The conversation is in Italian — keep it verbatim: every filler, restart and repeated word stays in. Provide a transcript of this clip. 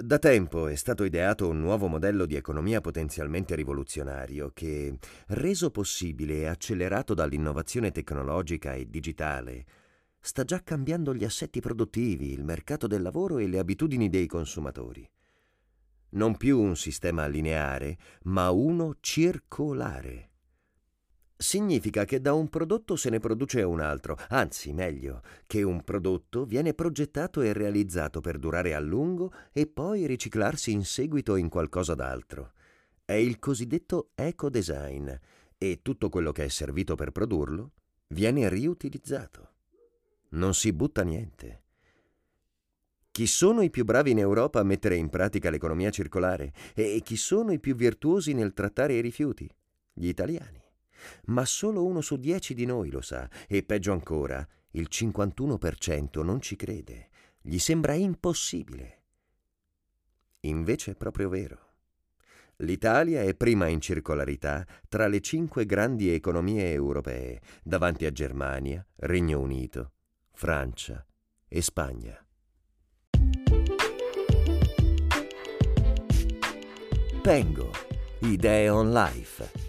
Da tempo è stato ideato un nuovo modello di economia potenzialmente rivoluzionario che, reso possibile e accelerato dall'innovazione tecnologica e digitale, sta già cambiando gli assetti produttivi, il mercato del lavoro e le abitudini dei consumatori. Non più un sistema lineare, ma uno circolare. Significa che da un prodotto se ne produce un altro, anzi, meglio, che un prodotto viene progettato e realizzato per durare a lungo e poi riciclarsi in seguito in qualcosa d'altro. È il cosiddetto eco-design e tutto quello che è servito per produrlo viene riutilizzato. Non si butta niente. Chi sono i più bravi in Europa a mettere in pratica l'economia circolare e chi sono i più virtuosi nel trattare i rifiuti? Gli italiani. Ma solo uno su dieci di noi lo sa e, peggio ancora, il cinquantuno per cento non ci crede. Gli sembra impossibile. Invece è proprio vero. L'Italia è prima in circolarità tra le cinque grandi economie europee, davanti a Germania, Regno Unito, Francia e Spagna. Pengo, Idee on Life.